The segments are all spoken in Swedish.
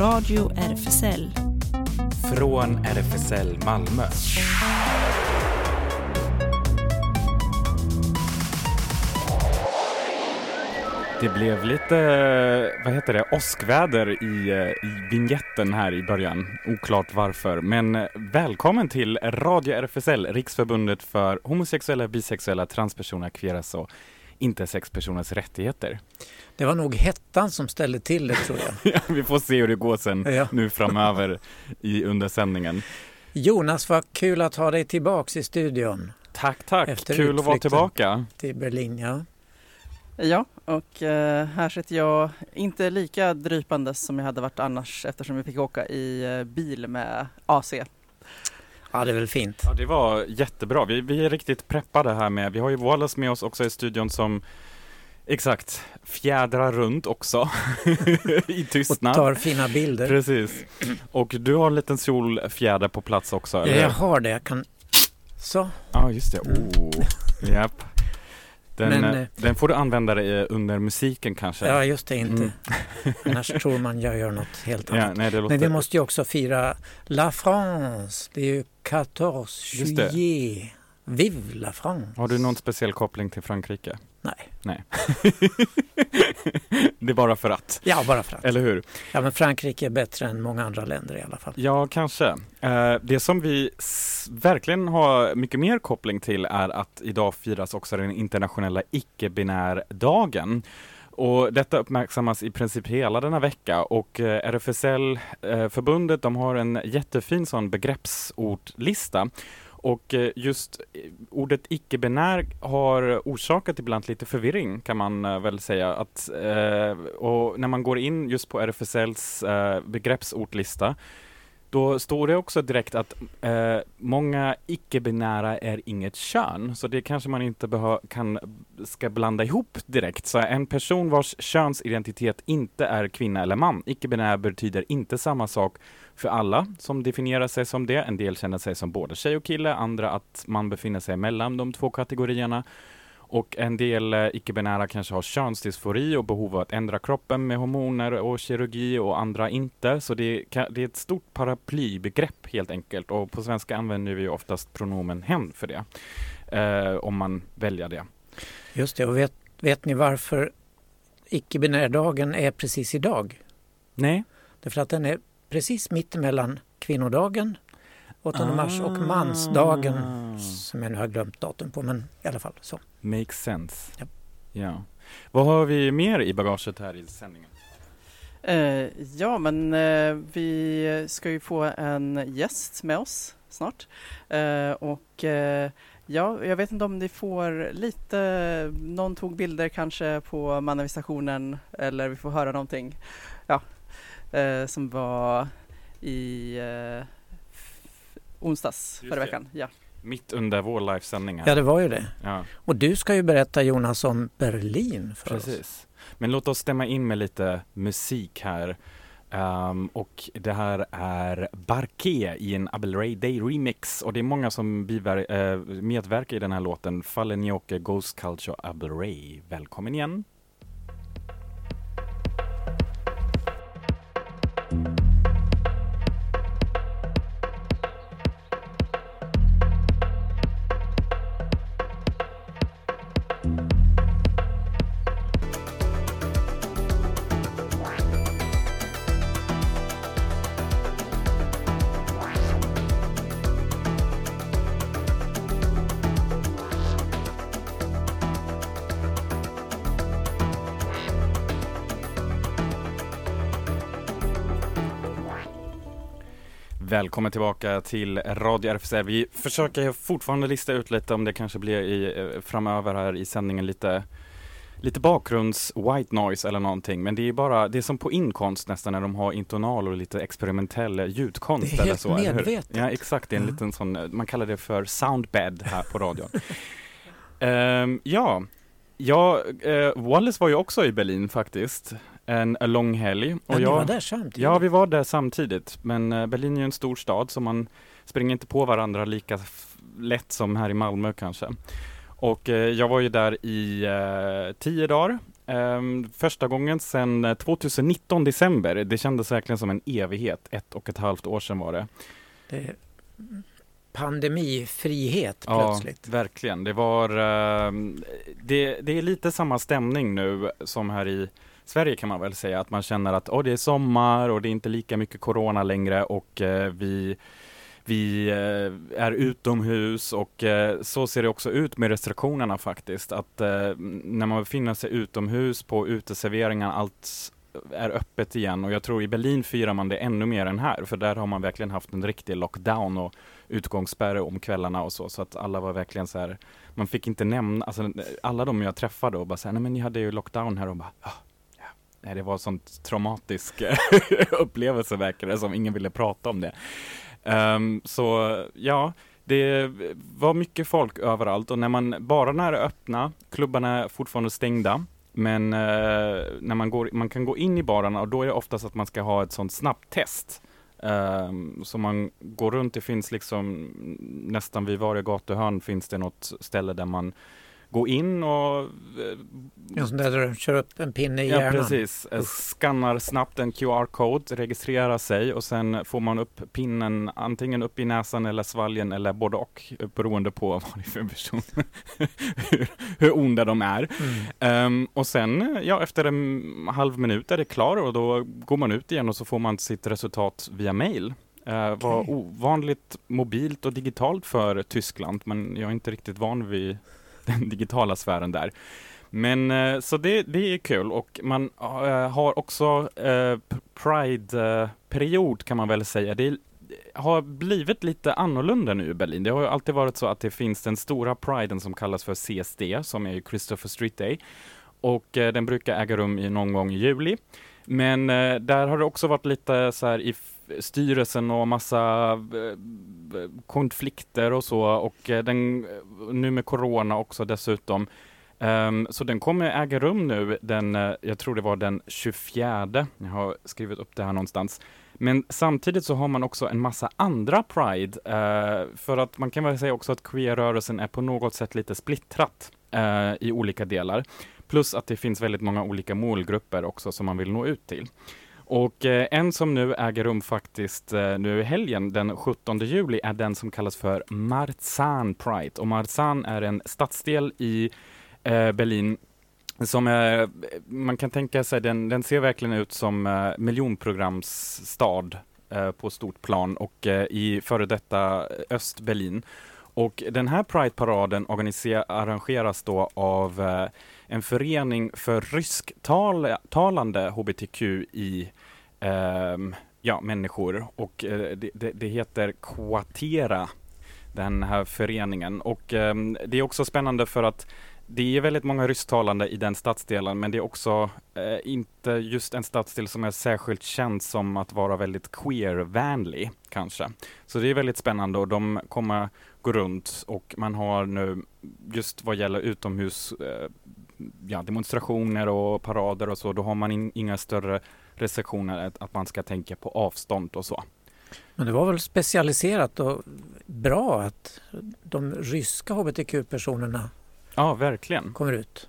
Radio RFSL. Från RFSL Malmö. Det blev lite, åskväder i vignetten här i början. Oklart varför. Men välkommen till Radio RFSL, Riksförbundet för homosexuella, bisexuella, transpersoner, queeras och intersexpersoners rättigheter. Det var nog hettan som ställde till det, tror jag. Ja, vi får se hur det går sen nu framöver under sändningen. Jonas, vad kul att ha dig tillbaks i studion. Tack. Efter kul att vara tillbaka. Till Berlin, ja. Ja, och här sitter jag inte lika drypandes som jag hade varit annars eftersom vi fick åka i bil med AC. Ja, det är väl fint. Ja, det var jättebra. Vi är riktigt preppade här med. Vi har ju Wallace med oss också i studion som fjädrar runt också i tystnad. Och tar fina bilder. Precis. Och du har en liten solfjäder på plats också, eller? Ja, jag har det. Jag kan... Så. Ja, just det. Japp. Den får du använda under musiken kanske. Ja, just det, inte. Annars tror man jag gör något helt annat. Nej, Men vi måste ju också fira La France. Det är ju 14 juillet. Vive la France. Har du någon speciell koppling till Frankrike? Nej. Det är bara för att. Ja, bara för att. Eller hur? Ja, men Frankrike är bättre än många andra länder i alla fall. Ja, kanske. Det som vi verkligen har mycket mer koppling till är att idag firas också den internationella icke-binärdagen. Och detta uppmärksammas i princip hela denna vecka och RFSL-förbundet de har en jättefin sån begreppsordlista. Och just ordet icke-binär har orsakat ibland lite förvirring kan man väl säga. Och när man går in just på RFSLs begreppsordlista då står det också direkt att många icke-binära är inget kön. Så det kanske man inte ska blanda ihop direkt. Så en person vars könsidentitet inte är kvinna eller man. Icke-binär betyder inte samma sak för alla som definierar sig som det. En del känner sig som både tjej och kille. Andra att man befinner sig mellan de två kategorierna. Och en del icke-binära kanske har könsdysfori och behov av att ändra kroppen med hormoner och kirurgi och andra inte. Så det är ett stort paraplybegrepp helt enkelt. Och på svenska använder vi oftast pronomen hen för det. Om man väljer det. Just det, och vet ni varför icke-binärdagen är precis idag? Nej. Därför att den är precis mitt mellan kvinnodagen 8 mars och mansdagen som jag nu har glömt datum på, men i alla fall så. Makes sense. Ja. Ja. Vad har vi mer i bagaget här i sändningen? Vi ska ju få en gäst med oss snart. Jag vet inte om ni får lite, någon tog bilder kanske på manifestationen eller vi får höra någonting. Som var i onsdags förra veckan. Ja. Mitt under vår livesändning här. Ja, det var ju det. Ja. Och du ska ju berätta, Jonas, om Berlin för oss. Precis. Men låt oss stämma in med lite musik här. Och det här är Barquet i en Abel Ray Day remix. Och det är många som medverkar i den här låten. Fallen Joke, Ghost Culture, Abel Ray. Välkommen igen. Välkommen tillbaka till Radio RFSL. Vi försöker fortfarande lista ut lite om det kanske blir framöver här i sändningen lite bakgrunds white noise eller någonting. Men det är som på inkonst nästan när de har intonal och lite experimentell ljudkonst. Det är eller så. helt medvetet. Ja, exakt. Det är en liten sån, man kallar det för soundbed här på radion. Wallace var ju också i Berlin faktiskt. En lång helg. Och ni var där samtidigt? Ja, vi var där samtidigt. Men Berlin är ju en stor stad så man springer inte på varandra lika lätt som här i Malmö kanske. Och jag var ju där i 10 dagar Första gången sedan 2019 december. Det kändes verkligen som en evighet. 1,5 år sedan var det. Det är pandemifrihet plötsligt. Ja, verkligen. Det var det är lite samma stämning nu som här i Sverige kan man väl säga. Att man känner att det är sommar och det är inte lika mycket corona längre och vi är utomhus och så ser det också ut med restriktionerna faktiskt. Att när man befinner sig utomhus på uteserveringar, allt är öppet igen. Och jag tror i Berlin firar man det ännu mer än här. För där har man verkligen haft en riktig lockdown och utgångsspärre om kvällarna och så. Så att alla var verkligen så här, man fick inte nämna, alltså alla de jag träffade och bara så här, nej men ni hade ju lockdown här och bara, nej, det var sånt traumatisk upplevelse verkar det som, ingen ville prata om det. Så ja, det var mycket folk överallt och barerna är öppna, klubbarna är fortfarande stängda, men när man kan gå in i barerna och då är det oftast att man ska ha ett sånt snabbt test. Så man går runt, det finns liksom nästan vid varje gatuhörn finns det något ställe där man gå in och Just där du kör upp en pinne i hjärnan. Ja, precis. Skannar snabbt en QR-code, registrerar sig och sen får man upp pinnen antingen upp i näsan eller svalgen eller både och beroende på vad det är för person. hur onda de är. Och sen, efter en halv minut är det klar och då går man ut igen och så får man sitt resultat via mail. Var ovanligt mobilt och digitalt för Tyskland, men jag är inte riktigt van vid den digitala sfären där. Men så det är kul och man har också Pride-period kan man väl säga. Det har blivit lite annorlunda nu i Berlin. Det har ju alltid varit så att det finns den stora Priden som kallas för CSD som är Christopher Street Day och den brukar äga rum någon gång i juli. Men där har det också varit lite så här i styrelsen och massa konflikter och så och nu med corona också dessutom. Så den kommer äga rum nu jag tror det var den 24. Jag har skrivit upp det här någonstans. Men samtidigt så har man också en massa andra Pride för att man kan väl säga också att queer-rörelsen är på något sätt lite splittrat i olika delar. Plus att det finns väldigt många olika målgrupper också som man vill nå ut till. Och en som nu äger rum faktiskt nu i helgen, den 17 juli, är den som kallas för Marzahn Pride. Och Marzahn är en stadsdel i Berlin som man kan tänka sig, den ser verkligen ut som miljonprogramsstad på stort plan och i före detta Östberlin. Och den här Pride-paraden arrangeras då av en förening för rysktalande hbtqi människor och det heter Kvartera, den här föreningen. Och det är också spännande för att det är väldigt många rysktalande i den stadsdelen, men det är också inte just en stadsdel som är särskilt känd som att vara väldigt queer-vänlig kanske. Så det är väldigt spännande och de kommer gå runt och man har nu just vad gäller utomhus demonstrationer och parader och så, då har man inga större restriktioner att man ska tänka på avstånd och så. Men det var väl specialiserat och bra att de ryska hbtq-personerna verkligen kommer ut.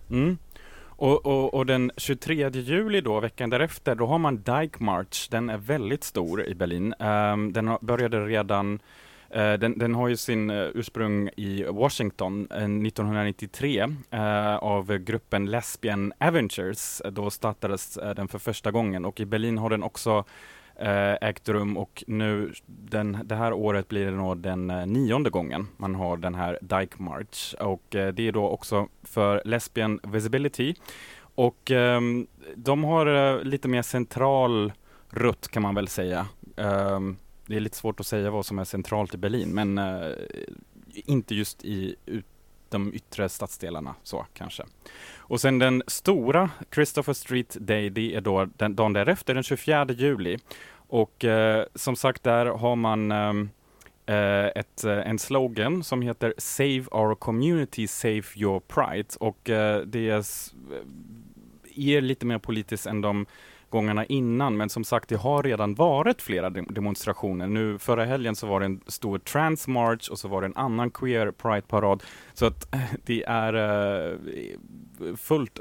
Och den 23 juli då, veckan därefter, då har man Dyke March. Den är väldigt stor i Berlin. Den började redan, den har ju sin ursprung i Washington 1993 av gruppen Lesbian Avengers. Då startades den för första gången och i Berlin har den också ägt rum och nu det här året blir det nog den 9:e gången man har den här Dyke March och det är då också för Lesbian Visibility och de har lite mer central rutt kan man väl säga. Det är lite svårt att säga vad som är centralt i Berlin men inte just i de yttre stadsdelarna så kanske. Och sen den stora Christopher Street Day, det är då dagen därefter, den 24 juli. Och som sagt där har man en slogan som heter Save our community, save your pride. Och det är lite mer politiskt än de gångerna innan, men som sagt det har redan varit flera demonstrationer. Nu förra helgen så var det en stor transmarch och så var det en annan queer pride-parad. Så att det är fullt upp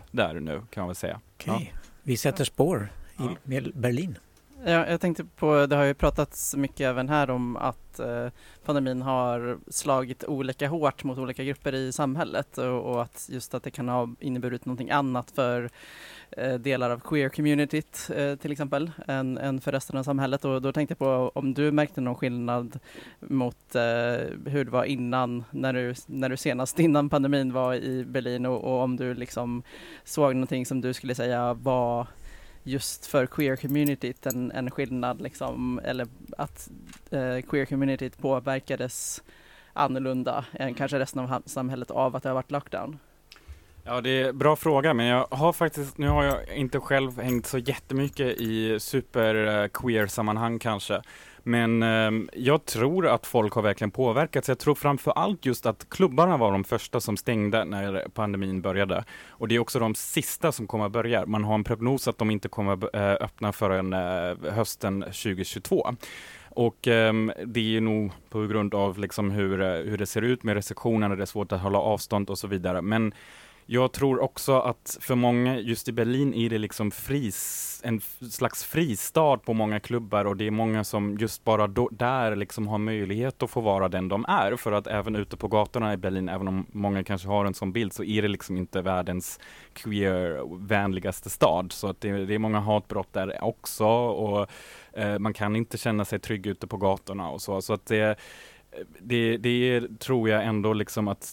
där nu, kan man väl säga. Okej. Vi sätter spår i Berlin. Ja, jag tänkte på, det har ju pratats mycket även här om att pandemin har slagit olika hårt mot olika grupper i samhället och att just att det kan ha inneburit någonting annat för delar av queer-communityt till exempel än för resten av samhället. Och då tänkte jag på om du märkte någon skillnad mot hur det var innan, när du senast innan pandemin var i Berlin och om du liksom såg någonting som du skulle säga var just för queer-communityt en skillnad liksom, eller att queer-communityt påverkades annorlunda än kanske resten av samhället av att det har varit lockdown? Ja, det är en bra fråga, men jag har faktiskt, nu har jag inte själv hängt så jättemycket i super-queer-sammanhang kanske. Men jag tror att folk har verkligen påverkats. Jag tror framför allt just att klubbarna var de första som stängde när pandemin började. Och det är också de sista som kommer att börja. Man har en prognos att de inte kommer att öppna förrän hösten 2022. Och det är nog på grund av liksom hur det ser ut med restriktionerna. Det är svårt att hålla avstånd och så vidare. Men jag tror också att för många, just i Berlin, är det liksom en slags fristad på många klubbar och det är många som just bara där liksom har möjlighet att få vara den de är. För att även ute på gatorna i Berlin, även om många kanske har en sån bild, så är det liksom inte världens queer-vänligaste stad. Så att det är många hatbrott där också och man kan inte känna sig trygg ute på gatorna och så. Så att det tror jag ändå liksom att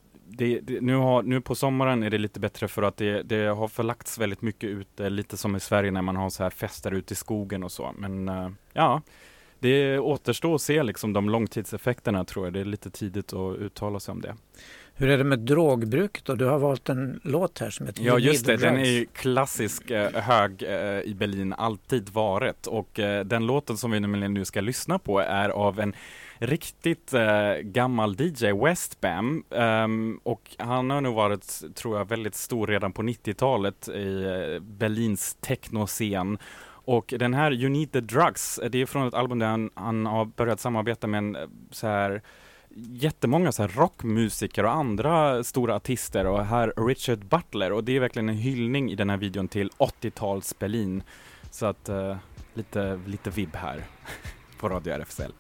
nu på sommaren är det lite bättre för att det har förlagts väldigt mycket ute, lite som i Sverige när man har så här fester ute i skogen och så. Men ja, det återstår att se liksom de långtidseffekterna, tror jag. Det är lite tidigt att uttala sig om det. Hur är det med drogbruket då? Du har valt en låt här som heter Ja, just det. Den är klassisk hög i Berlin, alltid varit. Och den låten som vi nu ska lyssna på är av en riktigt gammal DJ, Westbam. Och han har nog varit, tror jag, väldigt stor redan på 90-talet i Berlins technoscen. Och den här You Need the Drugs, det är från ett album där han har börjat samarbeta med en så här jättemånga så här rockmusiker och andra stora artister och här Richard Butler, och det är verkligen en hyllning i den här videon till 80-tals Berlin. Så att lite vibb här på Radio RFSL.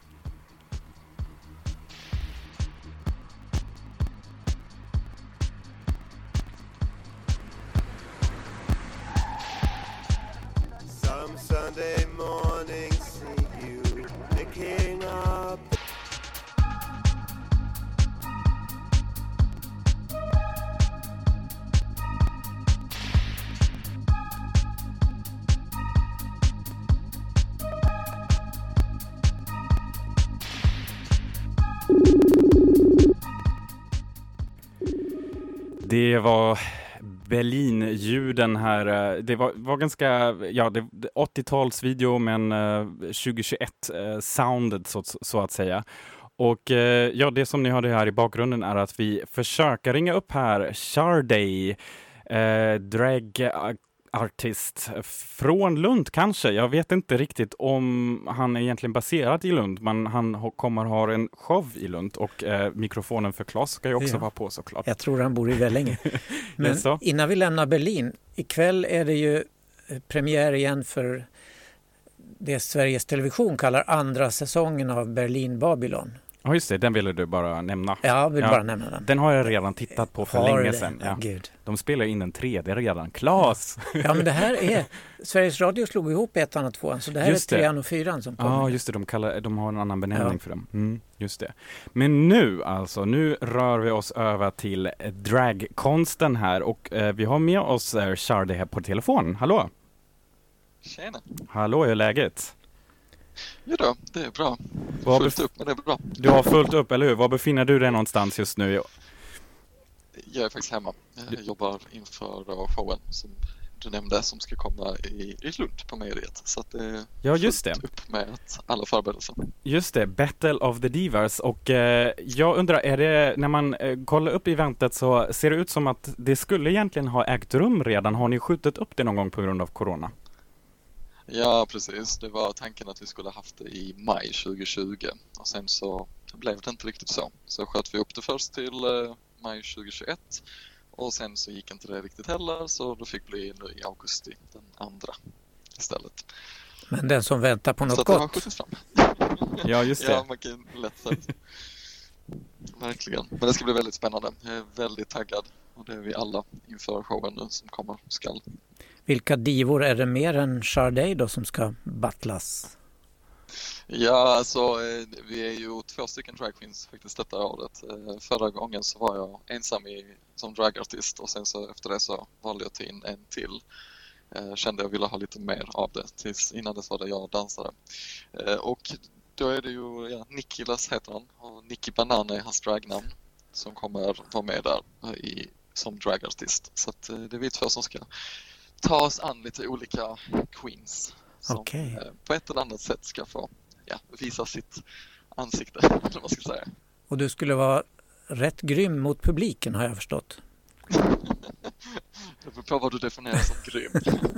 Some Sunday morning see you picking up. Det var Berlin-ljuden här. Det var ganska, ja, 80-talsvideo men 2021 sounded så att säga. Och ja, det som ni hörde här i bakgrunden är att vi försöker ringa upp här Sharday, drag artist från Lund kanske. Jag vet inte riktigt om han är egentligen baserad i Lund, men han kommer ha en show i Lund och mikrofonen för Claes ska ju också vara på såklart. Jag tror han bor i Vellinge. Men innan vi lämnar Berlin, ikväll är det ju premiär igen för det Sveriges Television kallar andra säsongen av Berlin Babylon. Ja just det, den ville du bara nämna. Ja, jag vill bara nämna den. Den har jag redan tittat på för länge sedan. Ja. Gud. De spelar in den 3D redan. Claes! Ja, men det här är... Sveriges Radio slog ihop 1:an och 2:an, så det här är 3:an och 4:an som kommer. Ja, just det. De har en annan benämning för dem. Just det. Men nu rör vi oss över till dragkonsten här och vi har med oss Sharday här på telefon. Hallå! Tjena! Hallå, hur är läget? Ja då, det är bra. Fullt upp, men det är bra. Du har fullt upp, eller hur? Var befinner du dig någonstans just nu? Jag är faktiskt hemma. Jag jobbar inför showen som du nämnde som ska komma i Lund på mediet. Så att det är fullt upp med alla förberedelser. Just det, Battle of the Divas. Och jag undrar, är det, när man kollar upp eventet så ser det ut som att det skulle egentligen ha ägt rum redan. Har ni skjutit upp det någon gång på grund av corona? Ja, precis. Det var tanken att vi skulle haft det i maj 2020 och sen så blev det inte riktigt så. Så sköt vi upp det först till maj 2021 Och sen så gick inte det riktigt heller, så det fick bli nu i augusti den andra istället. Men den som väntar på något så gott. Har skjutits fram. Ja, just det. Ja, man kan lätt säga. Verkligen. Men det ska bli väldigt spännande. Jag är väldigt taggad. Och det är vi alla inför showen nu som kommer skall. Vilka divor är det mer än Sade då som ska battlas? Ja, alltså vi är ju 2 stycken drag queens faktiskt detta året. Förra gången så var jag ensam som dragartist och sen så efter det så valde jag in en till. Kände jag ville ha lite mer av det. Tills innan dess var det jag dansare. Och då är det ju Nikilas heter han och Nicky Banana är hans dragnamn som kommer vara med där som dragartist. Så att det är vi 2 som ska ta oss an lite olika queens som på ett eller annat sätt ska få visa sitt ansikte, eller vad ska jag säga. Och du skulle vara rätt grym mot publiken har jag förstått. Det beror på vad du definierar som grym.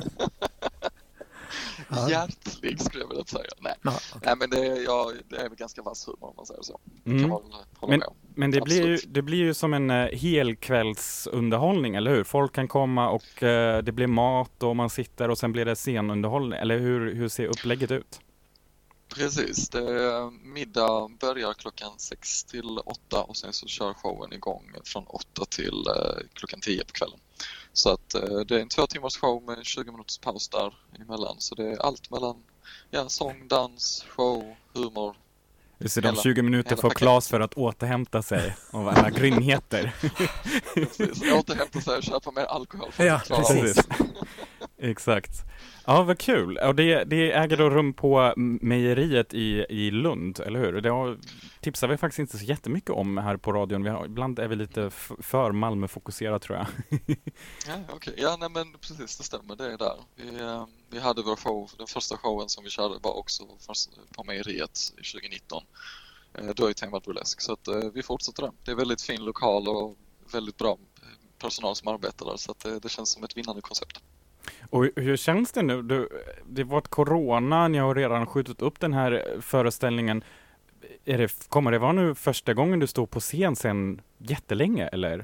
Hjärtlig skulle jag vilja säga. Nej, men det är väl ganska vass humor om man säger så. Kan man hålla med om. Men det blir ju som en helkvällsunderhållning, eller hur? Folk kan komma och det blir mat och man sitter och sen blir det scenunderhållning. Eller hur ser upplägget ut? Precis, middag börjar klockan 6 till 8 och sen så kör showen igång från 8 till klockan 10 på kvällen. Så att det är en 2 timmars show med 20 minuters paus där emellan. Så det är allt mellan sång, dans, show, humor. Just det, de 20 minuter får Claes för att återhämta sig av alla grymheter. Precis, återhämta sig och köpa mer alkohol. Ja, precis. Exakt. Ja, vad kul. Och det äger då rum på mejeriet i Lund, eller hur? Det tipsar vi faktiskt inte så jättemycket om här på radion. Ibland är vi lite för Malmö-fokuserade, tror jag. Okej. Ja, nej, men precis, det stämmer. Det är där. Vi hade vår show, den första showen som vi körde var också på mejeriet i 2019. Då är temat burlesk. Så att vi fortsätter där. Det är väldigt fin lokal och väldigt bra personal som arbetar där. Så att det känns som ett vinnande koncept. Och hur känns det nu? Det var ett corona, ni har redan skjutit upp den här föreställningen. Kommer det vara nu första gången du står på scen sen jättelänge, eller?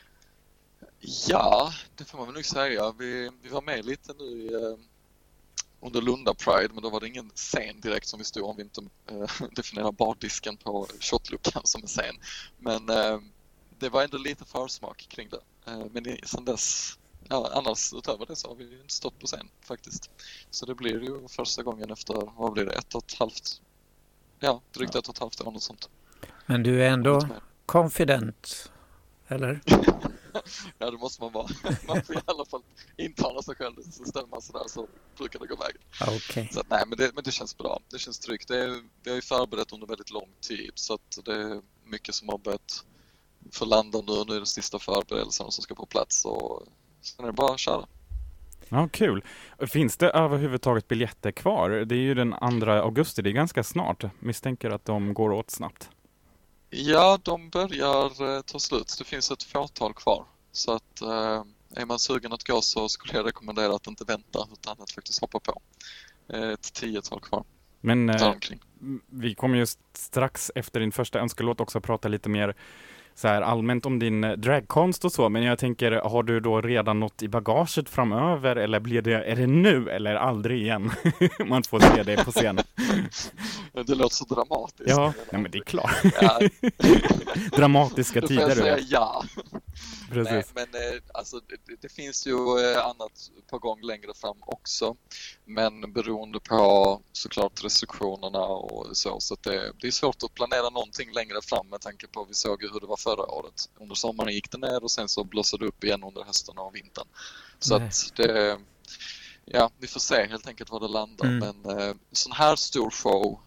Ja, det får man väl nog säga. Vi var med lite nu under Lunda Pride, men då var det ingen scen direkt som vi stod om vi inte definierar bardisken på shotluckan som en scen. Men det var ändå lite försmak kring det. Men sen dess... Ja, annars utöver det så har vi inte stått på scen faktiskt. Så det blir ju första gången efter, vad blir det, 1,5? Ja, drygt 1,5 år, något sånt. Men du är ändå confident, eller? Ja, det måste man vara. Man får i alla fall intala sig själv, så ställer man sådär så brukar det gå vägen. Okay. Så nej, men det känns bra. Det känns tryggt. Vi har ju förberett under väldigt lång tid, så att det är mycket som har börjat förlanda nu. Nu är det sista förberedelserna som ska på plats och sen är det bara att köra. Ja, kul. Finns det överhuvudtaget biljetter kvar? Det är ju den 2 augusti, det är ganska snart. Misstänker att de går åt snabbt. Ja, de börjar ta slut. Det finns ett fåtal kvar. Så att är man sugen att gå så skulle jag rekommendera att inte vänta utan att faktiskt hoppa på. Ett 10-tal kvar. Men vi kommer just strax efter din första önskelåt också prata lite mer så här allmänt om din dragkonst och så, men jag tänker, har du då redan något i bagaget framöver, eller är det nu eller aldrig igen man får se dig på scen? Det låter så dramatiskt. Ja, nej, men det är klart. Ja. Dramatiska tider. Då får jag säga ja. Precis. Nej, men alltså, det finns ju annat på gång längre fram också, men beroende på såklart restriktionerna och så att det är svårt att planera någonting längre fram med tanke på vi såg hur det var förra året. Under sommaren gick det ner och sen så blossade det upp igen under hösten och vintern. Så att det, vi får se helt enkelt var det landar. Men sån här stor show,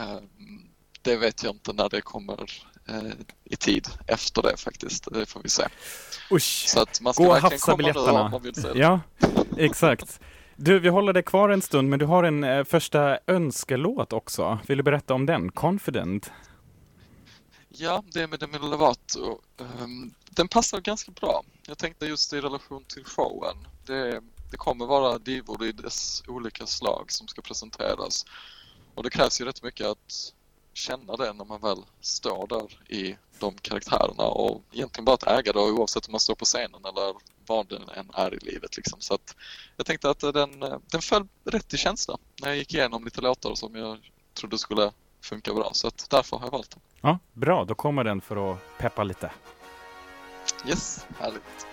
det vet jag inte när det kommer i tid efter det faktiskt. Det får vi se. Usch, så att man ska gå och verkligen hafsa komma biljetterna. om man vill se det. Ja, exakt. Du, vi håller dig kvar en stund, men du har en första önskelåt också. Vill du berätta om den? Confident. Ja, det är med Demi Lovato. Den passar ganska bra. Jag tänkte just i relation till showen. Det kommer vara divor i dess olika slag som ska presenteras. Och det krävs ju rätt mycket att känna det när man väl står där i de karaktärerna och egentligen bara att äga det oavsett om man står på scenen eller vad den än är i livet liksom. Så att jag tänkte att den föll rätt i känsla när jag gick igenom lite låtar som jag trodde skulle funka bra, så att därför har jag valt den. Ja, bra, då kommer den för att peppa lite. Yes, härligt.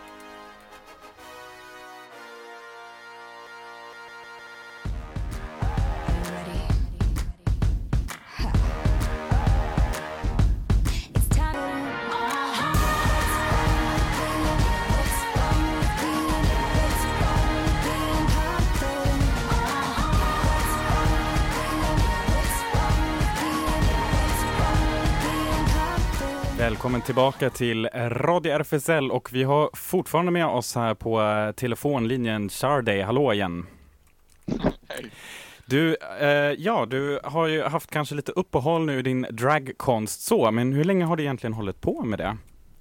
Välkommen tillbaka till Radio RFSL och vi har fortfarande med oss här på telefonlinjen Sharday. Hallå igen. Hej. Du har ju haft kanske lite uppehåll nu i din dragkonst så, men hur länge har du egentligen hållit på med det?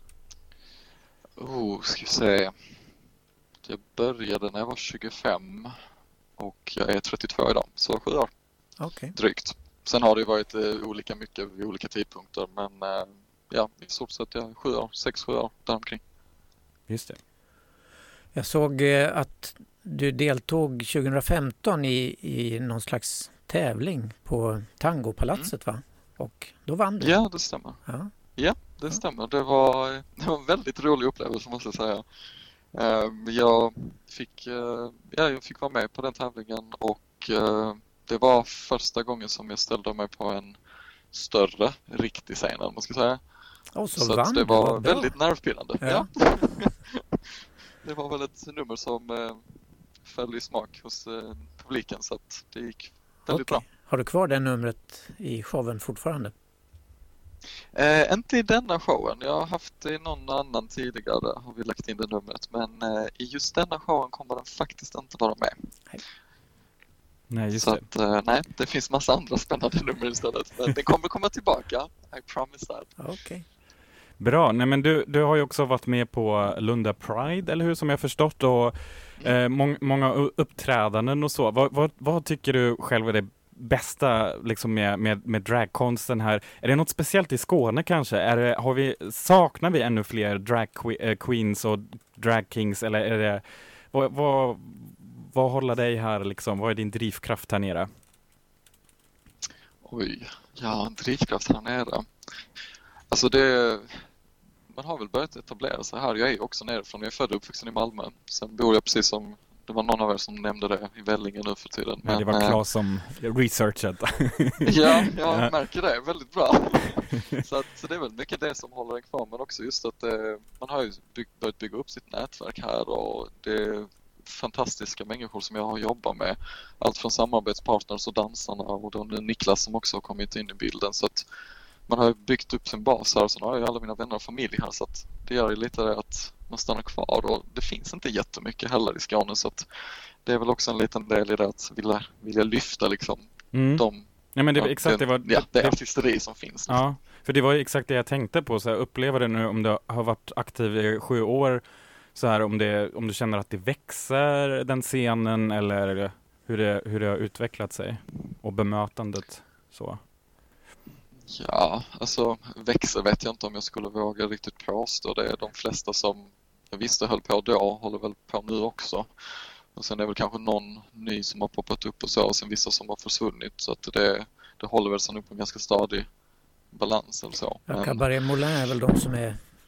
Ska vi se. Jag började när jag var 25 och jag är 32 idag, så 7 år. Okay. Drygt. Sen har det varit olika mycket vid olika tidpunkter, men ja, i stort sett 6-7 år däromkring. Just det. Jag såg att du deltog 2015 i någon slags tävling på Tangopalatset va? Och då vann du. Ja, det stämmer. Ja, det stämmer. Det var en väldigt rolig upplevelse måste jag säga. Jag fick vara med på den tävlingen och det var första gången som jag ställde mig på en större riktig scen, man ska säga. Så att det var väldigt nervpirrande. Ja. Det var väl ett nummer som föll i smak hos publiken, så att det gick väldigt bra. Har du kvar det numret i showen fortfarande? Inte i denna showen. Jag har haft det i någon annan tidigare, har vi lagt in det numret. Men i just denna showen kommer den faktiskt inte vara med. Nej, just så det. Att, nej, det finns massa andra spännande nummer istället. Men den kommer komma tillbaka. I promise that. Okay. Bra, nej men du har ju också varit med på Lunda Pride, eller hur, som jag förstått, och många uppträdanden och så. Vad tycker du själv är det bästa liksom med dragkonsten här? Är det något speciellt i Skåne kanske? Saknar vi ännu fler drag queens och drag kings, eller är det vad håller dig här liksom? Vad är din drivkraft här nere? Oj, ja, en drivkraft här nere. Alltså man har väl börjat etablera sig här. Jag är också nerifrån. Jag är född och uppvuxen i Malmö. Sen bor jag precis som, det var någon av er som nämnde det, i Vellinge nu för tiden. Men det var Claes som researchat. Ja, jag märker det. Väldigt bra. Så det är väl mycket det som håller en kvar. Men också just att man har ju börjat bygga upp sitt nätverk här. Och det är fantastiska människor som jag har jobbat med. Allt från samarbetspartners och dansarna. Och då Niklas som också har kommit in i bilden. Så att man har byggt upp sin bas här, och så har jag alla mina vänner och familj här, så att det gör ju lite det att man stannar kvar, och det finns inte jättemycket heller i Skåne, så att det är väl också en liten del i det att vilja lyfta liksom Ja, men det var exakt det artisteri som finns. Ja, för det var exakt det jag tänkte på, så här, upplever det nu om du har varit aktiv i 7 år så här, om du känner att det växer den scenen, eller hur det har utvecklat sig och bemötandet så. Ja, alltså växer vet jag inte om jag skulle våga riktigt påstå. Det är de flesta som jag visste höll på då, håller väl på nu också. Och sen är det väl kanske någon ny som har poppat upp och så, och sen vissa som har försvunnit. Så att det håller väl sig upp på en ganska stadig balans eller så. Ja, Cabaret Moulin är väl de som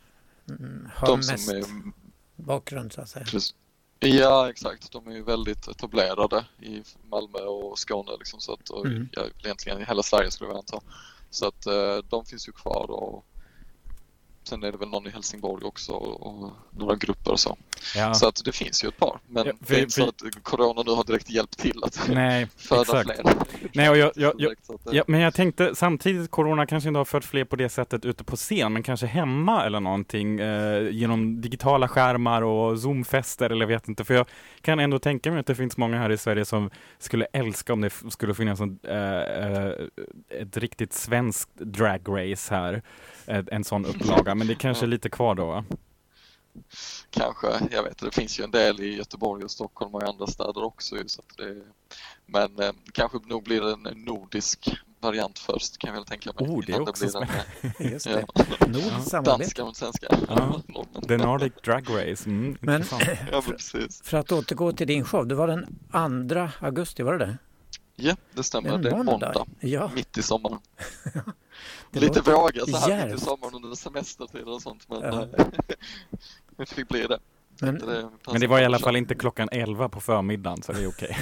har mest bakgrund så att säga. Ja, exakt. De är ju väldigt etablerade i Malmö och Skåne liksom, så att egentligen i hela Sverige skulle jag anta. Så att de finns ju kvar, och sen är det väl någon i Helsingborg också och några grupper och så. Ja. Så att det finns ju ett par. Men det är inte så att corona nu har direkt hjälpt till att föda fler. Nej, och men jag tänkte samtidigt, corona kanske inte har fört fler på det sättet ute på scen, men kanske hemma eller någonting genom digitala skärmar och Zoom-fester, eller vet inte. För jag kan ändå tänka mig att det finns många här i Sverige som skulle älska om det skulle finnas ett riktigt svenskt drag race här. En sån upplaga, men det är kanske lite kvar då, va? Kanske, jag vet, det finns ju en del i Göteborg och Stockholm och i andra städer också, så att men kanske nog blir det en nordisk variant först, kan jag väl tänka mig. Det är också spännande. Just det. Nordiskt samarbete. Danska mot svenska. Ja. The Nordic Drag Race. Men för att återgå till din show, det var den 2 augusti, var det? Ja, det stämmer. Det är måndag. Ja. Mitt i sommaren. Lite våga så här mitt i sommaren under semestertider och sånt, men det fick bli det. Men det var i alla fall inte klockan 11 på förmiddagen, så det är okej.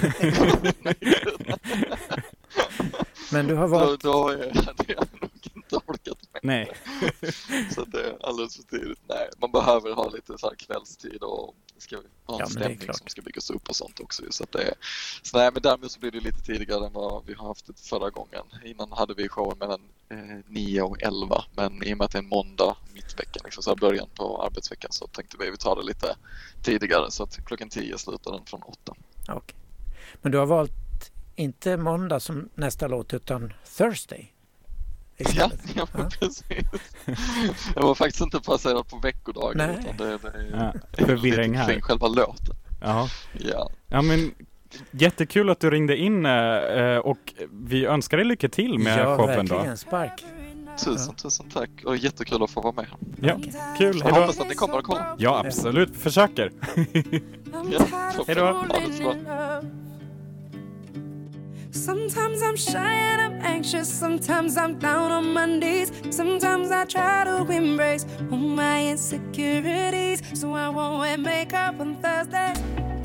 Men du har valt... Då hade jag nog inte orkat med. Nej. Så det är alldeles för tidigt. Nej, man behöver ha lite så här kvällstid och ska ha en stämning som ska byggas upp och sånt också. Så att nej, men därmed så blir det lite tidigare än vad vi har haft det förra gången. Innan hade vi showen mellan 9 och 11, men i och med att det är en måndag mittveckan, liksom så här början på arbetsveckan, så tänkte vi tar det lite tidigare, så att klockan 10 slutar den från 8. Okej. Men du har valt inte måndag som nästa låt, utan Thursday. Ja, precis. Jag var faktiskt inte passerad på veckodagar, utan det är förvirring här. Själva låten. Ja, men jättekul att du ringde in och vi önskar dig lycka till med showen då. Verkligen, spark. Tusen tack, och jättekul att få vara med. Ja, kul. Jag hoppas att ni kommer att kolla. Ja, absolut. Försöker. Hej då. Sometimes I'm shy and I'm anxious, sometimes I'm down on my knees, sometimes I try to embrace all my insecurities, so I won't wear makeup on Thursday.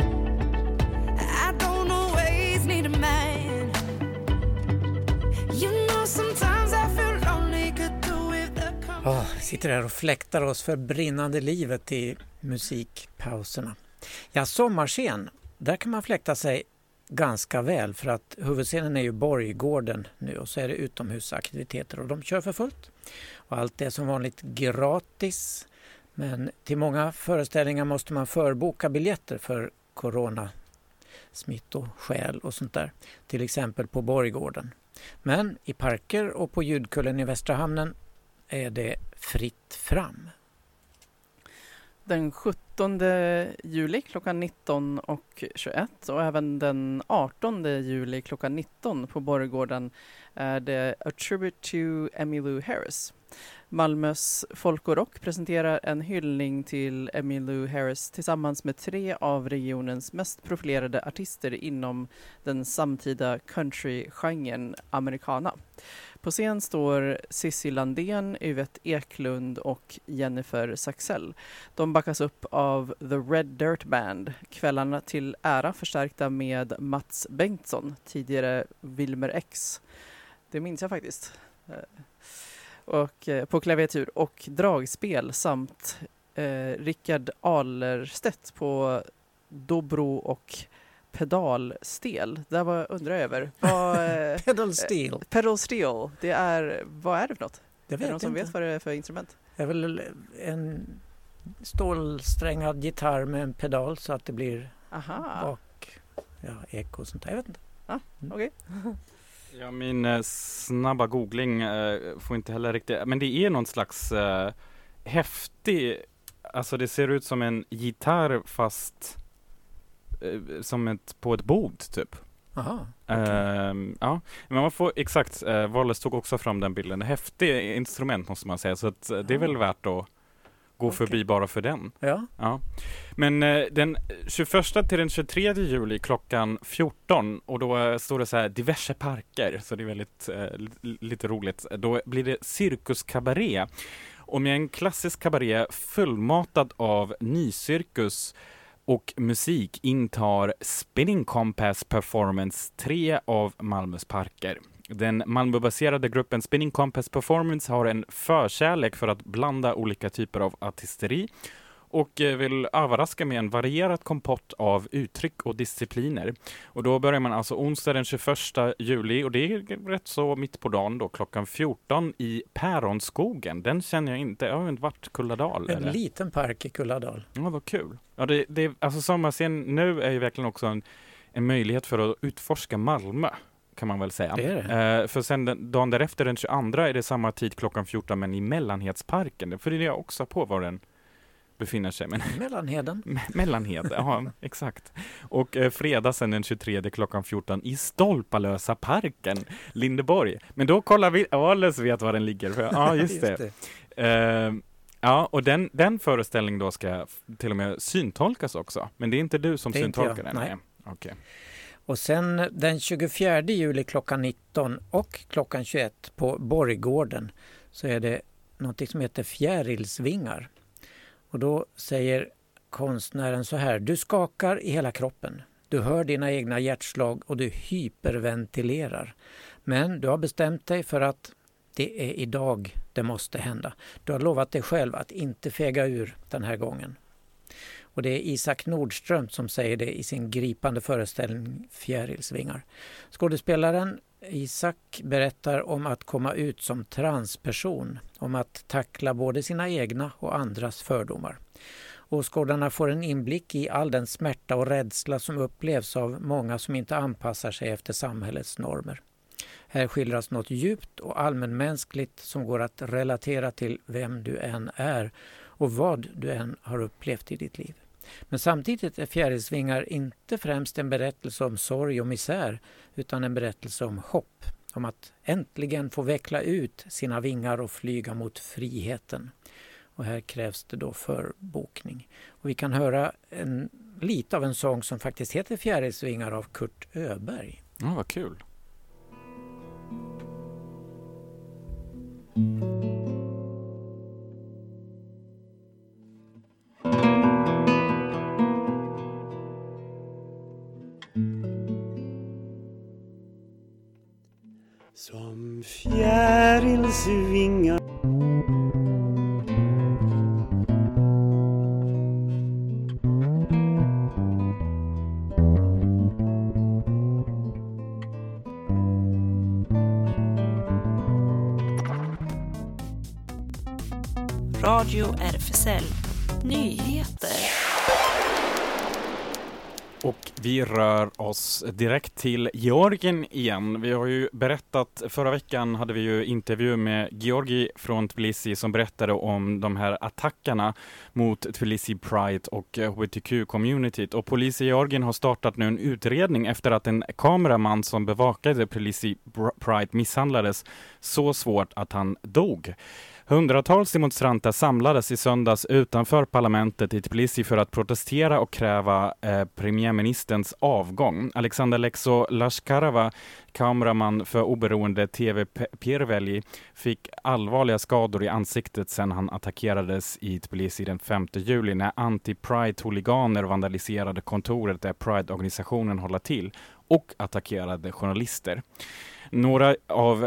I don't always need a man. You know sometimes I feel lonely, could do with the sitter här och fläktar oss för brinnande livet i musikpauserna. Ja, sommarscen, där kan man fläkta sig ganska väl, för att huvudscenen är ju Borggården nu, och så är det utomhusaktiviteter och de kör för fullt. Och allt är som vanligt gratis, men till många föreställningar måste man förboka biljetter för coronasmittoskäl och sånt där. Till exempel på Borggården. Men i parker och på Ljudkullen i Västra Hamnen är det fritt fram. Den 17 juli klockan 19:21 och även den 18 juli klockan 19 på Borggården är det A Tribute to Emmylou Harris. Malmös folk och rock presenterar en hyllning till Emmylou Harris tillsammans med 3 av regionens mest profilerade artister inom den samtida country-genren americana. På scen står Cissi Landén, Yvette Eklund och Jennifer Saxell. De backas upp av The Red Dirt Band, kvällarna till ära förstärkta med Mats Bengtsson, tidigare Wilmer X. Det minns jag faktiskt. Och på klaviatur och dragspel samt Rickard Alerstedt på dobro och pedalstel. Där undrar jag över. Pedal steel. Vad är det för något? Jag vet är det någon som inte. vet vad det är för instrument? Det är väl en stålsträngad gitarr med en pedal så att det blir eko och sånt där. Jag vet inte. Okej. Ja, min snabba googling får inte heller riktigt... Men det är någon slags häftig... Alltså det ser ut som en gitarr fast som på ett bord typ. Aha. Ja, men man får exakt... Wallace tog också fram den bilden. Häftig instrument måste man säga. Så att, det är väl värt att gå förbi bara för den. Ja. Men den 21 till den 23 juli klockan 14, och då står det så här diverse parker, så det är väldigt lite roligt. Då blir det cirkuskabaré. Och med en klassisk kabaré fullmatad av nycirkus och musik intar Spinning Compass Performance 3 av Malmös parker. Den Malmöbaserade gruppen Spinning Compass Performance har en förkärlek för att blanda olika typer av artisteri och vill överraska med en varierad kompott av uttryck och discipliner. Och då börjar man alltså onsdag den 21 juli, och det är rätt så mitt på dagen då, klockan 14 i Päronskogen. Den känner jag inte, jag har inte varit Kulladal. En liten park i Kulladal. Ja, vad kul. Ja, det alltså sommarscen nu är ju verkligen också en möjlighet för att utforska Malmö, kan man väl säga. Det är det. För sen dagen därefter, den 22, är det samma tid klockan 14, men i Mellanhetsparken. För det är jag också på var den befinner sig. Mellanheden. Mellanhed, ja, exakt. Och fredag sen den 23 klockan 14 i Stolpalösa parken, Lindeborg. Men då kollar vi, Ales vet var den ligger. Ja, just det. Ja, och den föreställning då ska till och med syntolkas också. Men det är inte du som syntolkar den? Nej. Okay. Och sen den 24 juli klockan 19 och klockan 21 på Borggården så är det något som heter Fjärilsvingar. Och då säger konstnären så här: du skakar i hela kroppen. Du hör dina egna hjärtslag och du hyperventilerar. Men du har bestämt dig för att det är idag det måste hända. Du har lovat dig själv att inte fega ur den här gången. Och det är Isak Nordström som säger det i sin gripande föreställning Fjärilsvingar. Skådespelaren Isak berättar om att komma ut som transperson, om att tackla både sina egna och andras fördomar. Åskådarna får en inblick i all den smärta och rädsla som upplevs av många som inte anpassar sig efter samhällets normer. Här skildras något djupt och allmänmänskligt som går att relatera till vem du än är och vad du än har upplevt i ditt liv. Men samtidigt är Fjärilsvingar inte främst en berättelse om sorg och misär utan en berättelse om hopp, om att äntligen få veckla ut sina vingar och flyga mot friheten. Och här krävs det då förbokning. Och vi kan höra lite av en sång som faktiskt heter Fjärilsvingar av Kurt Öberg. Ja, vad kul. Som fjärilsvingar Radio RFSL Nyheter. Och vi rör oss direkt till Georgien igen. Vi har ju berättat, förra veckan hade vi ju intervju med Georgi från Tbilisi som berättade om de här attackerna mot Tbilisi Pride och HBTQ-communityt. Och polis i Georgien har startat nu en utredning efter att en kameraman som bevakade Tbilisi Pride misshandlades så svårt att han dog. Hundratals demonstranter samlades i söndags utanför parlamentet i Tbilisi för att protestera och kräva premiärministerns avgång. Alexander Lekso Lashkarova, kameraman för oberoende TV Pirveli, fick allvarliga skador i ansiktet sedan han attackerades i Tbilisi den 5 juli när anti-Pride-huliganer vandaliserade kontoret där Pride-organisationen håller till och attackerade journalister. Några av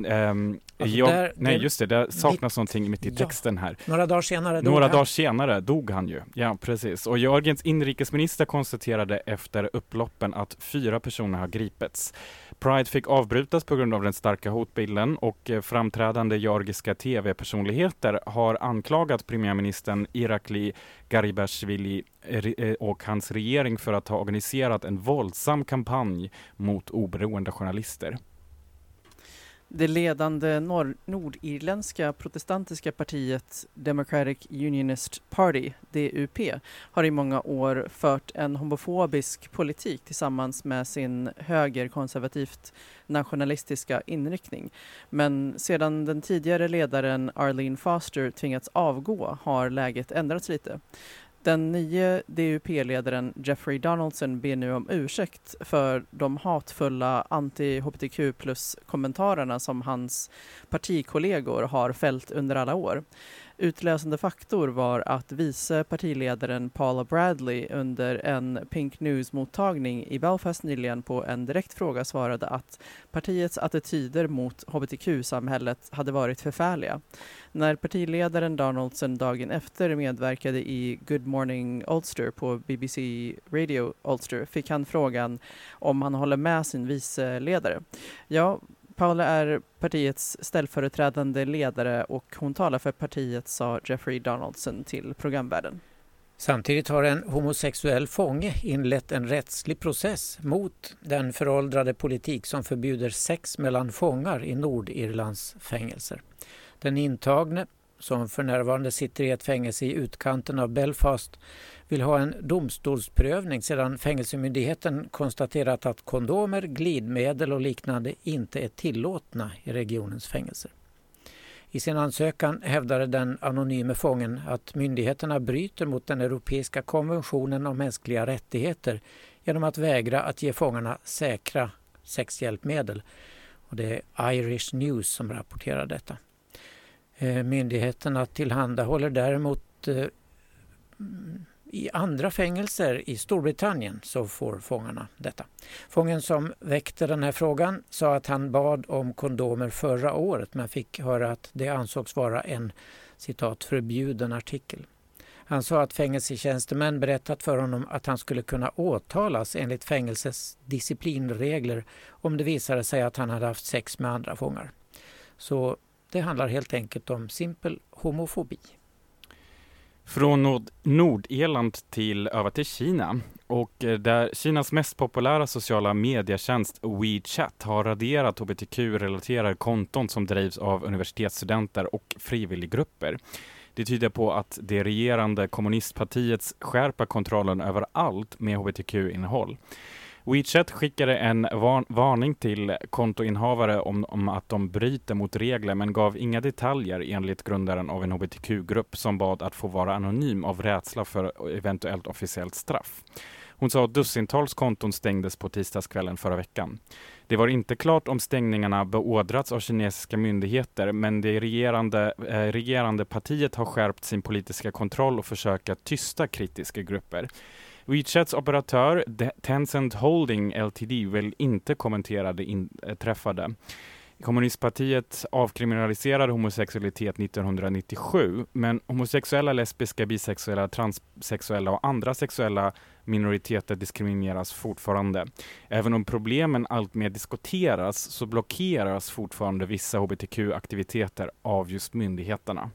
det saknas någonting mitt i texten här. Några dagar senare dog han ju. Ja, precis. Och Georgiens inrikesminister konstaterade efter upploppen att 4 personer har gripits. Pride fick avbrytas på grund av den starka hotbilden och framträdande georgiska tv-personligheter har anklagat premiärministern Irakli Garibashvili och hans regering för att ha organiserat en våldsam kampanj mot oberoende journalister. Det ledande nordirländska protestantiska partiet Democratic Unionist Party, DUP, har i många år fört en homofobisk politik tillsammans med sin högerkonservativt nationalistiska inriktning. Men sedan den tidigare ledaren Arlene Foster tvingats avgå har läget ändrats lite. Den nya DUP-ledaren Jeffrey Donaldson ber nu om ursäkt för de hatfulla anti-HBTQ+-kommentarerna som hans partikollegor har fällt under alla år. Utlösande faktor var att vice partiledaren Paula Bradley under en Pink News-mottagning i Belfast nyligen på en direkt fråga svarade att partiets attityder mot HBTQ-samhället hade varit förfärliga. När partiledaren Donaldson dagen efter medverkade i Good Morning Ulster på BBC Radio Ulster fick han frågan om han håller med sin viceledare. Ja, Paula är partiets ställföreträdande ledare och hon talar för partiet, sa Jeffrey Donaldson till programvärden. Samtidigt har en homosexuell fånge inlett en rättslig process mot den föråldrade politik som förbjuder sex mellan fångar i Nordirlands fängelser. Den intagne, som för närvarande sitter i ett fängelse i utkanten av Belfast, vill ha en domstolsprövning sedan fängelsemyndigheten konstaterat att kondomer, glidmedel och liknande inte är tillåtna i regionens fängelser. I sin ansökan hävdade den anonyme fången att myndigheterna bryter mot den europeiska konventionen om mänskliga rättigheter genom att vägra att ge fångarna säkra sexhjälpmedel. Och det är Irish News som rapporterar detta. Myndigheterna tillhandahåller däremot i andra fängelser i Storbritannien så får fångarna detta. Fången som väckte den här frågan sa att han bad om kondomer förra året men fick höra att det ansågs vara en citat förbjuden artikel. Han sa att fängelsetjänstemän berättat för honom att han skulle kunna åtalas enligt fängelsets disciplinregler om det visade sig att han hade haft sex med andra fångar. Så det handlar helt enkelt om simpel homofobi. Från Nordirland över till Kina, och där Kinas mest populära sociala medietjänst WeChat har raderat hbtq-relaterade konton som drivs av universitetsstudenter och frivilliggrupper. Det tyder på att det regerande kommunistpartiets skärper kontrollen över allt med hbtq-innehåll. WeChat skickade en varning till kontoinnehavare om att de bryter mot regler men gav inga detaljer enligt grundaren av en hbtq-grupp som bad att få vara anonym av rädsla för eventuellt officiellt straff. Hon sa att dussintals konton stängdes på tisdagskvällen förra veckan. Det var inte klart om stängningarna beordrats av kinesiska myndigheter, men det regerande partiet har skärpt sin politiska kontroll och försöker tysta kritiska grupper. WeChats operatör Tencent Holding Ltd vill inte kommentera det inträffade. Kommunistpartiet avkriminaliserade homosexualitet 1997, men homosexuella, lesbiska, bisexuella, transsexuella och andra sexuella minoriteter diskrimineras fortfarande. Även om problemen alltmer diskuteras så blockeras fortfarande vissa hbtq-aktiviteter av just myndigheterna.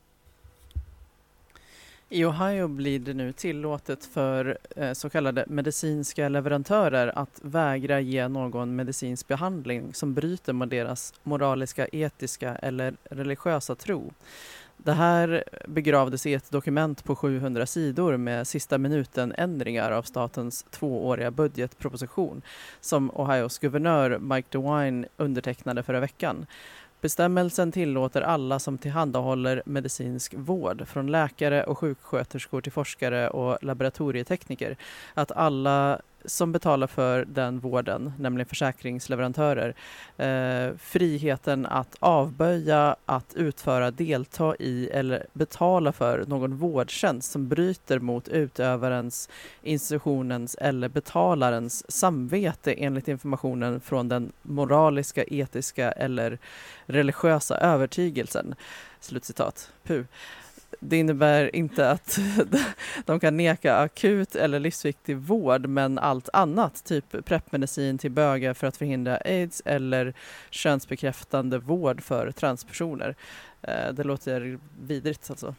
I Ohio blir det nu tillåtet för så kallade medicinska leverantörer att vägra ge någon medicinsk behandling som bryter mot deras moraliska, etiska eller religiösa tro. Det här begravdes i ett dokument på 700 sidor med sista minuten ändringar av statens 2-åriga budgetproposition som Ohios guvernör Mike DeWine undertecknade förra veckan. Bestämmelsen tillåter alla som tillhandahåller medicinsk vård, från läkare och sjuksköterskor till forskare och laboratorietekniker, att alla som betalar för den vården, nämligen försäkringsleverantörer, friheten att avböja, att utföra, delta i eller betala för någon vårdtjänst som bryter mot utövarens, institutionens eller betalarens samvete enligt informationen från den moraliska, etiska eller religiösa övertygelsen. Slutcitat. Puh. Det innebär inte att de kan neka akut eller livsviktig vård, men allt annat, typ prepmedicin till bögar för att förhindra AIDS eller könsbekräftande vård för transpersoner. Det låter vidrigt alltså.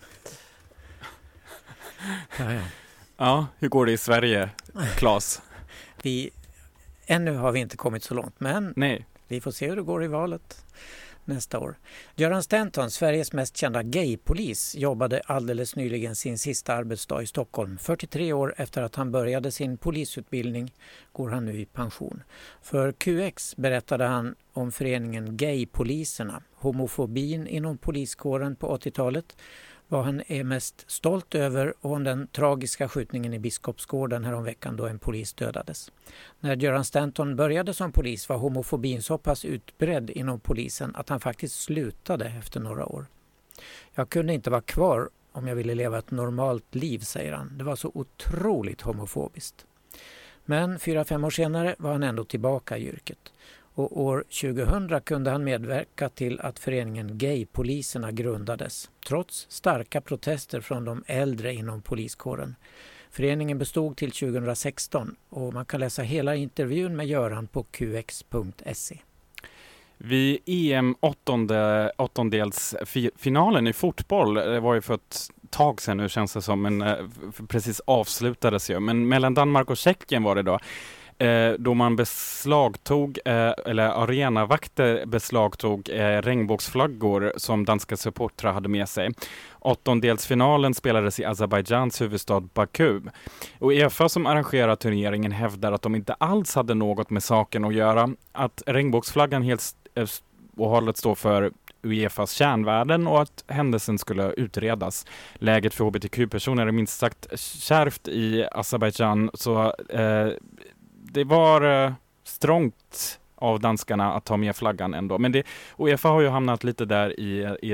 Ja, hur går det i Sverige, Claes? Ännu har vi inte kommit så långt, men nej. Vi får se hur det går i valet nästa år. Göran Stanton, Sveriges mest kända gaypolis, jobbade alldeles nyligen sin sista arbetsdag i Stockholm. 43 år efter att han började sin polisutbildning går han nu i pension. För QX berättade han om föreningen Gaypoliserna, homofobin inom poliskåren på 80-talet, vad han är mest stolt över och om den tragiska skjutningen i Biskopsgården häromveckan då en polis dödades. När Göran Stanton började som polis var homofobin så pass utbredd inom polisen att han faktiskt slutade efter några år. Jag kunde inte vara kvar om jag ville leva ett normalt liv, säger han. Det var så otroligt homofobiskt. Men 4-5 år senare var han ändå tillbaka i yrket. Och år 2000 kunde han medverka till att föreningen Gaypoliserna grundades, trots starka protester från de äldre inom poliskåren. Föreningen bestod till 2016 och man kan läsa hela intervjun med Göran på qx.se. Vid åttondelsfinalen i fotboll, det var ju för ett tag sedan nu känns det som, men precis avslutades ju. Men mellan Danmark och Tjeckien var det då. då man beslagtog, eller arenavakter beslagtog regnbågsflaggor som danska supportrar hade med sig. Åttondelsfinalen spelades i Azerbajdzjans huvudstad Baku. Och UEFA som arrangerar turneringen hävdar att de inte alls hade något med saken att göra. Att regnbågsflaggan helt och hållet står för UEFAs kärnvärden och att händelsen skulle utredas. Läget för hbtq-personer är minst sagt kärvt i Azerbajdzjan, så det var strångt av danskarna att ta med flaggan ändå. Men UEFA har ju hamnat lite där i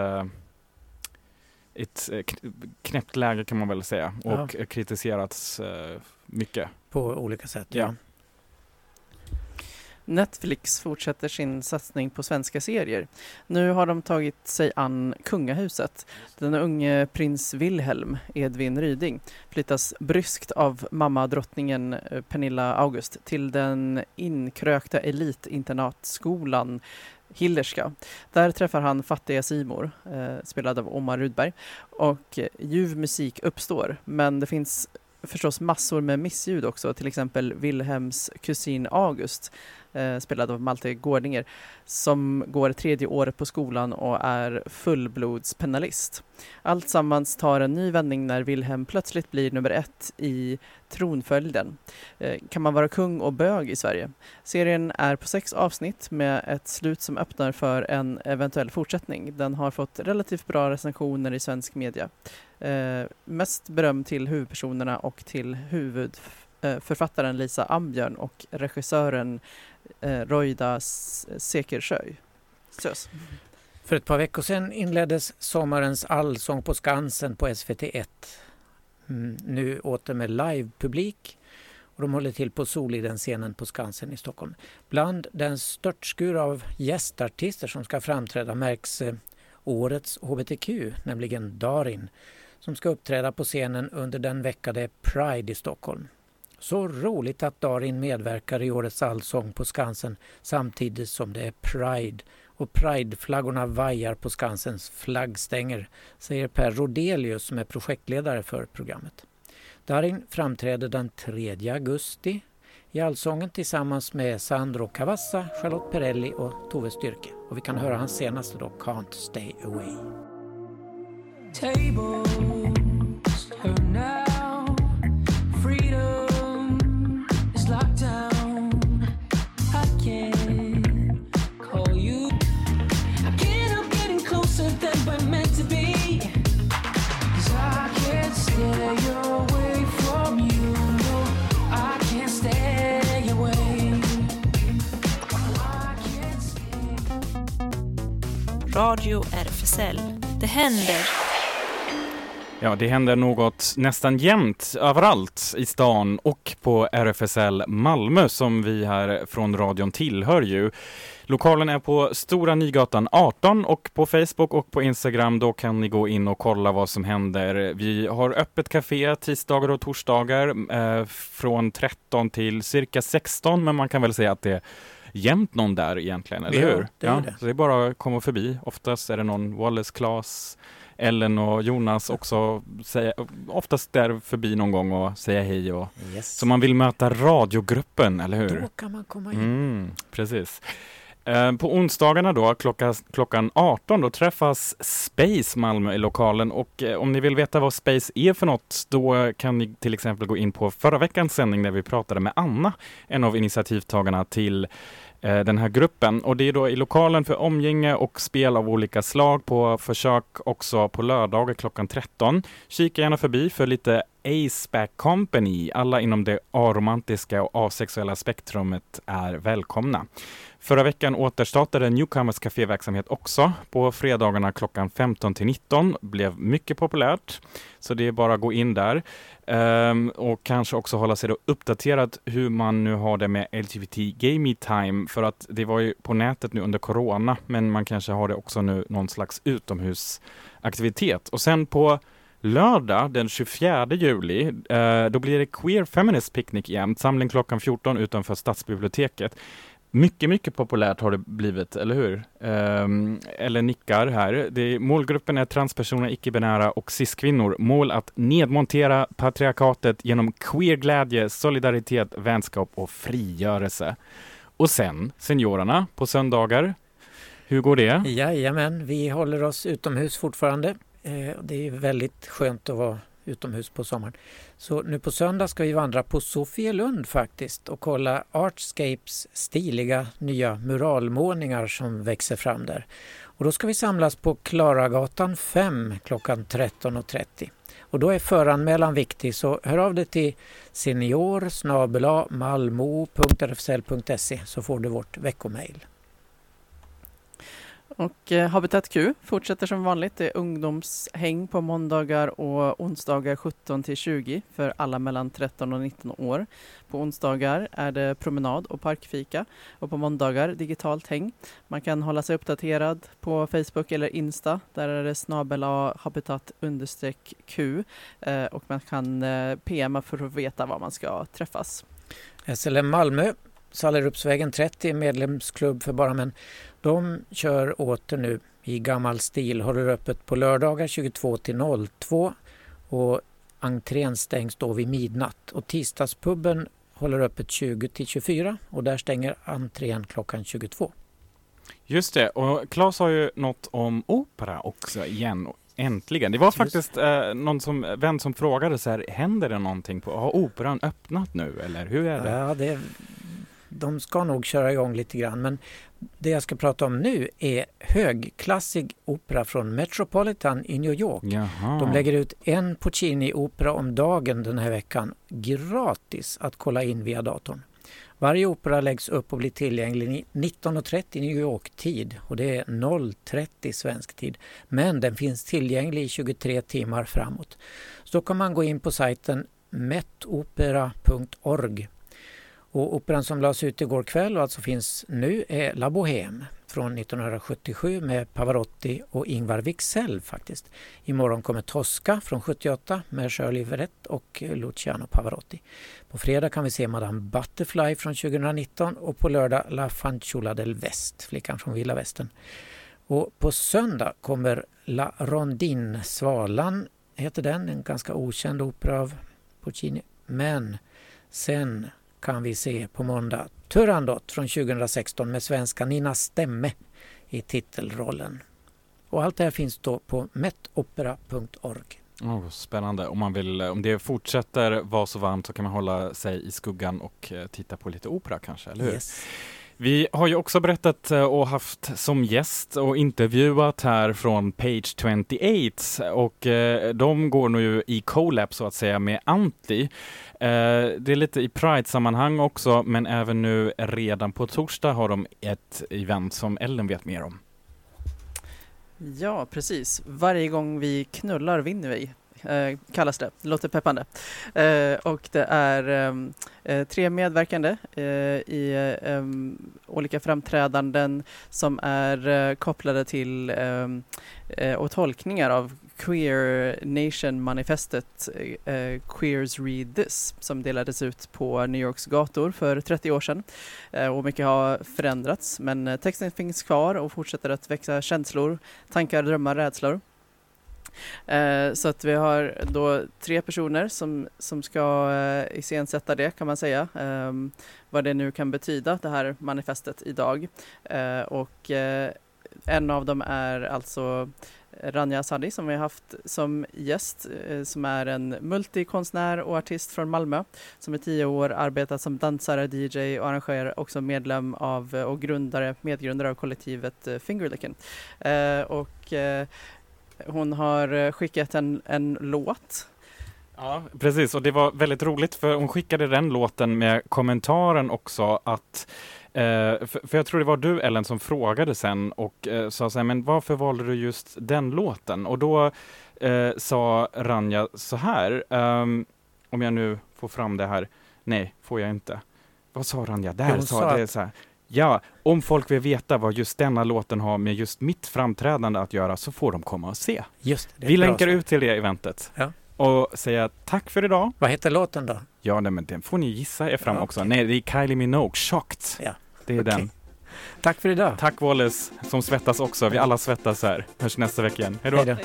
ett knäppt läge kan man väl säga, och kritiserats mycket. På olika sätt, ja. Netflix fortsätter sin satsning på svenska serier. Nu har de tagit sig an kungahuset. Den unge prins Wilhelm, Edvin Ryding, flyttas bryskt av mamma-drottningen Pernilla August till den inkrökta elitinternatskolan Hillerska. Där träffar han fattiga Simor, spelad av Omar Rudberg, och ljuv musik uppstår. Men det finns förstås massor med missljud också, till exempel Wilhelms kusin August, spelad av Malte Gårdinger, som går 3:e året på skolan och är fullblodspenalist. Allt sammans tar en ny vändning när Wilhelm plötsligt blir nummer 1 i tronföljden. Kan man vara kung och bög i Sverige? Serien är på 6 avsnitt med ett slut som öppnar för en eventuell fortsättning. Den har fått relativt bra recensioner i svensk media. Mest beröm till huvudpersonerna och till huvudförfattaren Lisa Ambjörn och regissören Roida Sekersjöj. För ett par veckor sedan inleddes sommarens Allsång på Skansen på SVT1. Nu åter med livepublik, och de håller till på Soliden-scenen på Skansen i Stockholm. Bland den störtskur av gästartister som ska framträda märks årets HBTQ, nämligen Darin, som ska uppträda på scenen under den vecka det är Pride i Stockholm. Så roligt att Darin medverkar i årets Allsång på Skansen samtidigt som det är Pride, och Pride-flaggorna vajar på Skansens flaggstänger, säger Per Rodelius som är projektledare för programmet. Darin framträder den 3 augusti i Allsången tillsammans med Sandro Cavazza, Charlotte Perrelli och Tove Styrke. Och vi kan höra hans senaste då, Can't Stay Away. Tables turn now, freedom is locked down. I can't call you, I can't help getting closer than we're meant to be, 'cause I can't stay away from you, no, I can't stay away, I can't stay. Radio RFSL. Det händer. Ja, det händer något nästan jämt överallt i stan och på RFSL Malmö som vi här från radion tillhör ju. Lokalen är på Stora Nygatan 18 och på Facebook och på Instagram då kan ni gå in och kolla vad som händer. Vi har öppet café tisdagar och torsdagar från 13 till cirka 16, men man kan väl säga att det är jämt någon där egentligen, eller hur? Det är det. Så det är bara att komma förbi. Oftast är det någon Wallace, Claes, Ellen och Jonas också oftast där förbi någon gång och säga hej. Och, yes. Så man vill möta radiogruppen, eller hur? Då kan man komma in. Precis. På onsdagarna då, klockan 18, då träffas Space Malmö i lokalen. Och om ni vill veta vad Space är för något, då kan ni till exempel gå in på förra veckans sändning där vi pratade med Anna, en av initiativtagarna till den här gruppen. Och det är då i lokalen för omgänge och spel av olika slag på försök också på lördagar klockan 13. Kika gärna förbi för lite Aceback Company. Alla inom det aromantiska och asexuella spektrumet är välkomna. Förra veckan återstartade Newcomers Café-verksamhet också. På fredagarna klockan 15 till 19 blev mycket populärt. Så det är bara att gå in där. Och kanske också hålla sig då uppdaterad hur man nu har det med LGBT Gaming Time. För att det var ju på nätet nu under corona. Men man kanske har det också nu någon slags utomhusaktivitet. Och sen på lördag den 24 juli då blir det Queer Feminist Picnic igen. Samling klockan 14 utanför Stadsbiblioteket. Mycket populärt har det blivit, eller hur? Eller nickar här. Målgruppen är transpersoner, icke-binära och cis-kvinnor. Mål att nedmontera patriarkatet genom queer-glädje, solidaritet, vänskap och frigörelse. Och sen, seniorerna på söndagar. Hur går det? Jajamän, vi håller oss utomhus fortfarande. Det är väldigt skönt att vara utomhus på sommaren. Så nu på söndag ska vi vandra på Sofielund faktiskt och kolla Artscapes stiliga nya muralmålningar som växer fram där. Och då ska vi samlas på Klaragatan 5 klockan 13.30. Och då är föranmälan viktig, så hör av dig till senior@malmo.rfsl.se så får du vårt veckomail. Och Habitat Q fortsätter som vanligt. Det är ungdomshäng på måndagar och onsdagar 17-20 för alla mellan 13 och 19 år. På onsdagar är det promenad och parkfika och på måndagar digitalt häng. Man kan hålla sig uppdaterad på Facebook eller Insta. Där är det @habitat_Q och man kan PMa för att veta var man ska träffas. SLM Malmö, Sallerupsvägen 30, medlemsklubb för bara män. De kör åter nu i gammal stil, håller öppet på lördagar 22-02 och entrén stängs då vid midnatt. Och tisdagspubben håller öppet 20-24 och där stänger entrén klockan 22. Just det, och Claes har ju något om opera också igen. Äntligen. Det var faktiskt någon vän som frågade så här, händer det någonting har operan öppnat nu eller hur är det? Ja, de ska nog köra igång lite grann, men det jag ska prata om nu är högklassig opera från Metropolitan i New York. Jaha. De lägger ut en Puccini-opera om dagen den här veckan, gratis att kolla in via datorn. Varje opera läggs upp och blir tillgänglig 19.30 New York-tid och det är 0.30 svensk tid. Men den finns tillgänglig i 23 timmar framåt. Så kan man gå in på sajten metopera.org. Och operan som lades ut igår kväll och alltså finns nu är La Bohème från 1977 med Pavarotti och Ingvar Wicksell faktiskt. Imorgon kommer Tosca från 78 med Shirley Verrett och Luciano Pavarotti. På fredag kan vi se Madame Butterfly från 2019 och på lördag La Fanciulla del West, flickan från Vilda Västern. Och på söndag kommer La Rondine, Svalan heter den, en ganska okänd opera av Puccini. Men sen kan vi se på måndag Turandot från 2016 med svenska Nina Stemme i titelrollen. Och allt det här finns då på metopera.org. Spännande. Om det fortsätter vara så varmt så kan man hålla sig i skuggan och titta på lite opera kanske, eller hur? Yes. Vi har ju också berättat och haft som gäst och intervjuat här från Page 28 och de går nu i collab så att säga med Anti. Det är lite i Pride-sammanhang också, men även nu redan på torsdag har de ett event som Ellen vet mer om. Ja, precis. Varje gång vi knullar vinner vi. Kallas det. Det låter peppande. Och det är 3 medverkande i olika framträdanden som är kopplade till och tolkningar av Queer Nation-manifestet Queers Read This som delades ut på New Yorks gator för 30 år sedan. Och mycket har förändrats, men texten finns kvar och fortsätter att växa känslor, tankar, drömmar, rädslor. Så att vi har då 3 personer som ska iscensätta det, kan man säga. Vad det nu kan betyda, det här manifestet idag. Och en av dem är alltså Rania Asadi som vi har haft som gäst, som är en multikonstnär och artist från Malmö som i 10 år arbetat som dansare, DJ och arrangerar, också medlem av och medgrundare av kollektivet Fingerlickin. Och hon har skickat en låt. Ja, precis. Och det var väldigt roligt för hon skickade den låten med kommentaren också att för jag tror det var du, Ellen, som frågade sen och sa så här, men varför valde du just den låten? Och då sa Ranja så här, om jag nu får fram det här. Nej, får jag inte. Vad sa Ranja? Där sa det så här. Ja, om folk vill veta vad just denna låten har med just mitt framträdande att göra så får de komma och se. Just det, vi länkar ut till det eventet. Ja. Och säga tack för idag. Vad heter låten då? Ja, nej, men den får ni gissa er fram också. Nej, det är Kylie Minogue, Shocked. Ja. Det är den. Tack för idag. Tack Wallace som svettas också. Vi alla svettas här. Hörs nästa vecka igen. Hej då. Hej då.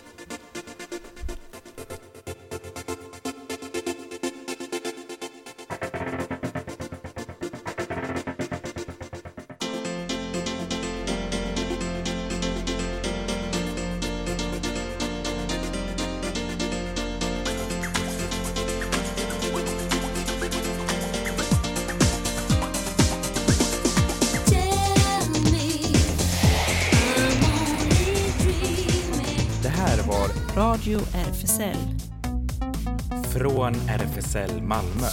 Radio RFSL. Från RFSL Malmö.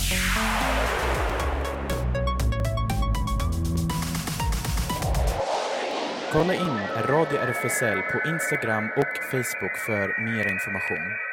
Kolla in Radio RFSL på Instagram och Facebook för mer information.